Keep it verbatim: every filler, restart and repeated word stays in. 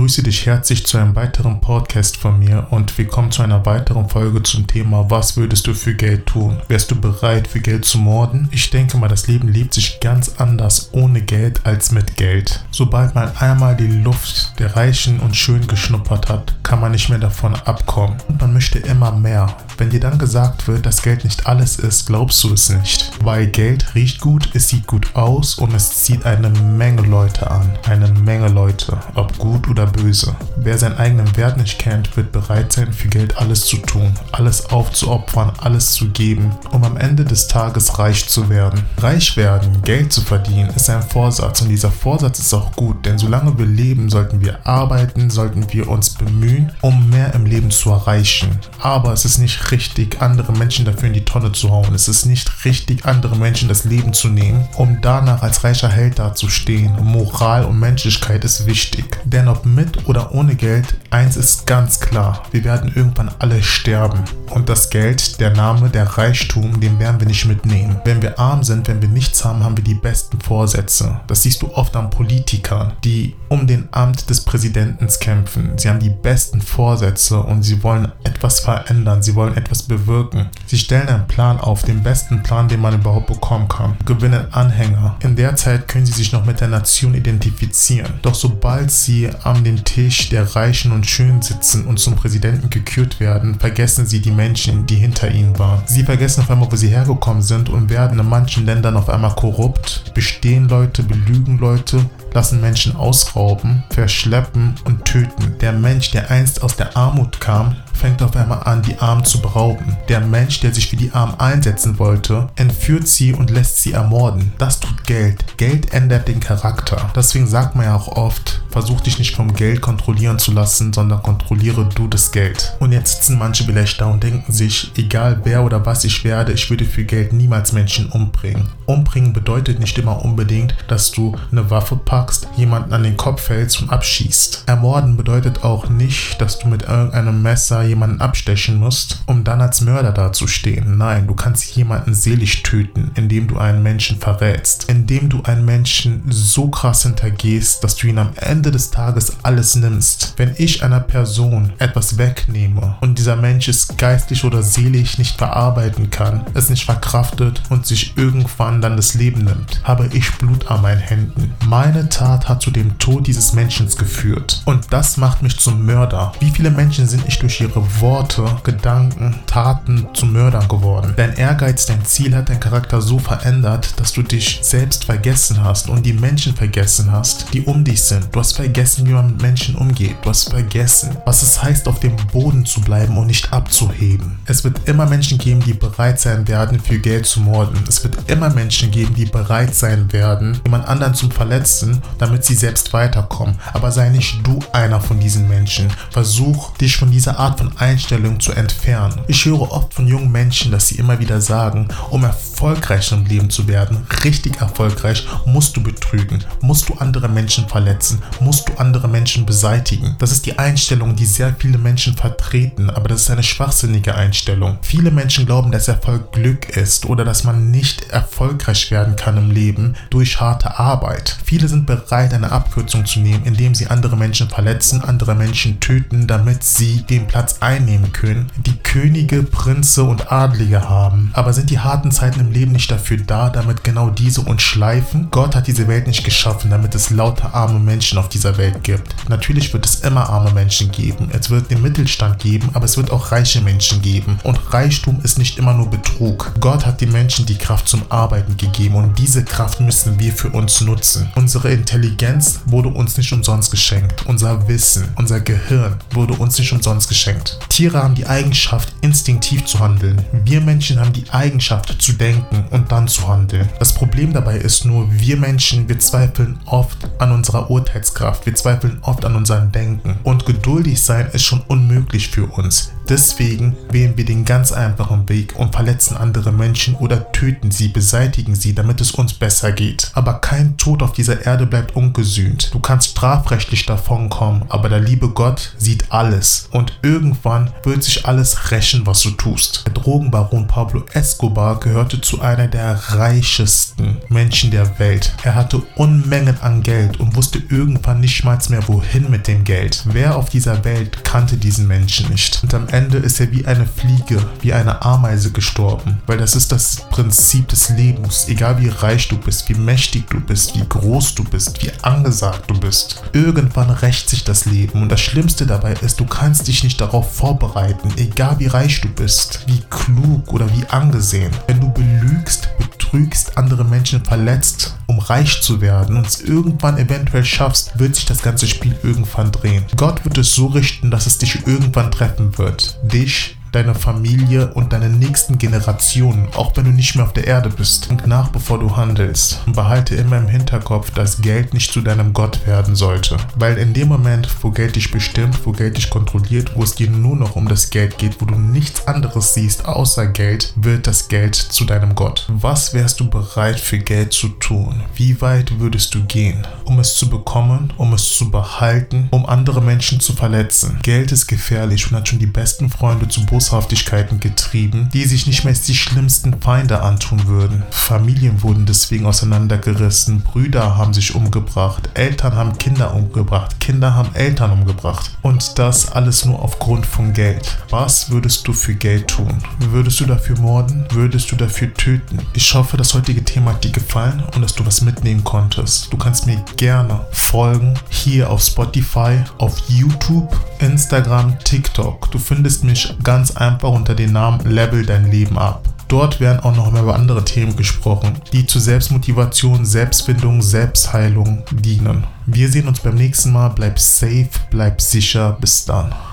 begrüße dich herzlich zu einem weiteren Podcast von mir und willkommen zu einer weiteren Folge zum Thema: Was würdest du für Geld tun? Wärst du bereit, für Geld zu morden? Ich denke mal, das Leben lebt sich ganz anders ohne Geld als mit Geld. Sobald man einmal die Luft der Reichen und Schönen geschnuppert hat, kann man nicht mehr davon abkommen. Und man möchte immer mehr. Wenn dir dann gesagt wird, dass Geld nicht alles ist, glaubst du es nicht. Weil Geld riecht gut, es sieht gut aus und es zieht eine Menge Leute an. Eine Menge Leute, ob gut oder böse. Wer seinen eigenen Wert nicht kennt, wird bereit sein, für Geld alles zu tun, alles aufzuopfern, alles zu geben, um am Ende des Tages reich zu werden. Reich werden, Geld zu verdienen, ist ein Vorsatz und dieser Vorsatz ist auch gut, denn solange wir leben, sollten wir arbeiten, sollten wir uns bemühen, um mehr im Leben zu erreichen. Aber es ist nicht richtig, andere Menschen dafür in die Tonne zu hauen. Es ist nicht richtig, andere Menschen das Leben zu nehmen, um danach als reicher Held dazustehen. Moral und Menschlichkeit ist wichtig. Denn ob mit oder ohne Geld, eins ist ganz klar: Wir werden irgendwann alle sterben. Und das Geld, der Name, der Reichtum, den werden wir nicht mitnehmen. Wenn wir arm sind, wenn wir nichts haben, haben wir die besten Vorsätze. Das siehst du oft an Politikern, die um den Amt des Präsidenten kämpfen. Sie haben die besten Vorsätze und sie wollen etwas verändern. Sie wollen etwas bewirken. Sie stellen einen Plan auf, den besten Plan, den man überhaupt bekommen kann. Gewinnen Anhänger. In der Zeit können sie sich noch mit der Nation identifizieren. Doch sobald sie an den Tisch der Reichen und Schönen sitzen und zum Präsidenten gekürt werden, vergessen sie die Menschen, die hinter ihnen waren. Sie vergessen auf einmal, wo sie hergekommen sind und werden in manchen Ländern auf einmal korrupt, bestehen Leute, belügen Leute, lassen Menschen ausrauben, verschleppen und töten. Der Mensch, der einst aus der Armut kam, fängt auf einmal an, die Armen zu berauben. Der Mensch, der sich für die Armen einsetzen wollte, entführt sie und lässt sie ermorden. Das tut Geld. Geld ändert den Charakter. Deswegen sagt man ja auch oft: Versuch dich nicht vom Geld kontrollieren zu lassen, sondern kontrolliere du das Geld. Und jetzt sitzen manche vielleicht da und denken sich: Egal wer oder was ich werde, ich würde für Geld niemals Menschen umbringen. Umbringen bedeutet nicht immer unbedingt, dass du eine Waffe packst, jemanden an den Kopf hältst und abschießt. Ermorden bedeutet auch nicht, dass du mit irgendeinem Messer jemanden abstechen musst, um dann als Mörder dazustehen. Nein, du kannst jemanden seelisch töten, indem du einen Menschen verrätst, indem du einen Menschen so krass hintergehst, dass du ihn am Ende des Tages alles nimmst. Wenn ich einer Person etwas wegnehme und dieser Mensch es geistlich oder seelisch nicht verarbeiten kann, es nicht verkraftet und sich irgendwann dann das Leben nimmt, habe ich Blut an meinen Händen. Meine Tat hat zu dem Tod dieses Menschen geführt und das macht mich zum Mörder. Wie viele Menschen sind nicht durch ihre Worte, Gedanken, Taten zu Mördern geworden? Dein Ehrgeiz, dein Ziel hat deinen Charakter so verändert, dass du dich selbst vergessen hast und die Menschen vergessen hast, die um dich sind. Du hast vergessen, wie man mit Menschen umgeht. Du hast vergessen, was es heißt, auf dem Boden zu bleiben und nicht abzuheben. Es wird immer Menschen geben, die bereit sein werden, für Geld zu morden. Es wird immer Menschen geben, die bereit sein werden, jemand anderen zu verletzen, damit sie selbst weiterkommen. Aber sei nicht du einer von diesen Menschen. Versuch, dich von dieser Art von Einstellung zu entfernen. Ich höre oft von jungen Menschen, dass sie immer wieder sagen: Um erfolgreich im Leben zu werden, richtig erfolgreich, musst du betrügen, musst du andere Menschen verletzen, musst du andere Menschen beseitigen. Das ist die Einstellung, die sehr viele Menschen vertreten, aber das ist eine schwachsinnige Einstellung. Viele Menschen glauben, dass Erfolg Glück ist oder dass man nicht erfolgreich werden kann im Leben durch harte Arbeit. Viele sind bereit, eine Abkürzung zu nehmen, indem sie andere Menschen verletzen, andere Menschen töten, damit sie den Platz einnehmen können, die Könige, Prinze und Adlige haben. Aber sind die harten Zeiten im Leben nicht dafür da, damit genau diese uns schleifen? Gott hat diese Welt nicht geschaffen, damit es lauter arme Menschen auf dieser Welt gibt. Natürlich wird es immer arme Menschen geben. Es wird den Mittelstand geben, aber es wird auch reiche Menschen geben. Und Reichtum ist nicht immer nur Betrug. Gott hat den Menschen die Kraft zum Arbeiten gegeben und diese Kraft müssen wir für uns nutzen. Unsere Intelligenz wurde uns nicht umsonst geschenkt. Unser Wissen, unser Gehirn wurde uns nicht umsonst geschenkt. Tiere haben die Eigenschaft, instinktiv zu handeln. Wir Menschen haben die Eigenschaft, zu denken und dann zu handeln. Das Problem dabei ist nur, wir Menschen, wir zweifeln oft an unserer Urteilskraft. Wir zweifeln oft an unserem Denken. Und geduldig sein ist schon unmöglich für uns. Deswegen wählen wir den ganz einfachen Weg und verletzen andere Menschen oder töten sie, beseitigen sie, damit es uns besser geht. Aber kein Tod auf dieser Erde Erde bleibt ungesühnt. Du kannst strafrechtlich davonkommen, aber der liebe Gott sieht alles. Und irgendwann wird sich alles rächen, was du tust. Der Drogenbaron Pablo Escobar gehörte zu einer der reichesten Menschen der Welt. Er hatte Unmengen an Geld und wusste irgendwann nicht mal mehr, wohin mit dem Geld. Wer auf dieser Welt kannte diesen Menschen nicht? Und am Ende ist er wie eine Fliege, wie eine Ameise gestorben. Weil das ist das Prinzip des Lebens. Egal wie reich du bist, wie mächtig du bist, wie groß du bist, wie angesagt du bist. Irgendwann rächt sich das Leben. Und das Schlimmste dabei ist, du kannst dich nicht darauf vorbereiten. Egal wie reich du bist, wie klug oder wie angesehen. Wenn du belügst, betrügst, andere Menschen verletzt, um reich zu werden und es irgendwann eventuell schaffst, wird sich das ganze Spiel irgendwann drehen. Gott wird es so richten, dass es dich irgendwann treffen wird. Dich, deine Familie und deine nächsten Generationen, auch wenn du nicht mehr auf der Erde bist. Denk nach, bevor du handelst. Und behalte immer im Hinterkopf, dass Geld nicht zu deinem Gott werden sollte. Weil in dem Moment, wo Geld dich bestimmt, wo Geld dich kontrolliert, wo es dir nur noch um das Geld geht, wo du nichts anderes siehst außer Geld, wird das Geld zu deinem Gott. Was wärst du bereit für Geld zu tun? Wie weit würdest du gehen, um es zu bekommen, um es zu behalten, um andere Menschen zu verletzen? Geld ist gefährlich und hat schon die besten Freunde zu Boshaftigkeiten getrieben, die sich nicht mehr als die schlimmsten Feinde antun würden. Familien wurden deswegen auseinandergerissen, Brüder haben sich umgebracht, Eltern haben Kinder umgebracht, Kinder haben Eltern umgebracht. Und das alles nur aufgrund von Geld. Was würdest du für Geld tun? Würdest du dafür morden? Würdest du dafür töten? Ich hoffe, das heutige Thema hat dir gefallen und dass du was mitnehmen konntest. Du kannst mir gerne folgen, hier auf Spotify, auf YouTube, Instagram, TikTok. Du findest mich ganz einfach unter dem Namen Level dein Leben ab. Dort werden auch noch mehr über andere Themen gesprochen, die zur Selbstmotivation, Selbstfindung, Selbstheilung dienen. Wir sehen uns beim nächsten Mal. Bleib safe, bleib sicher. Bis dann.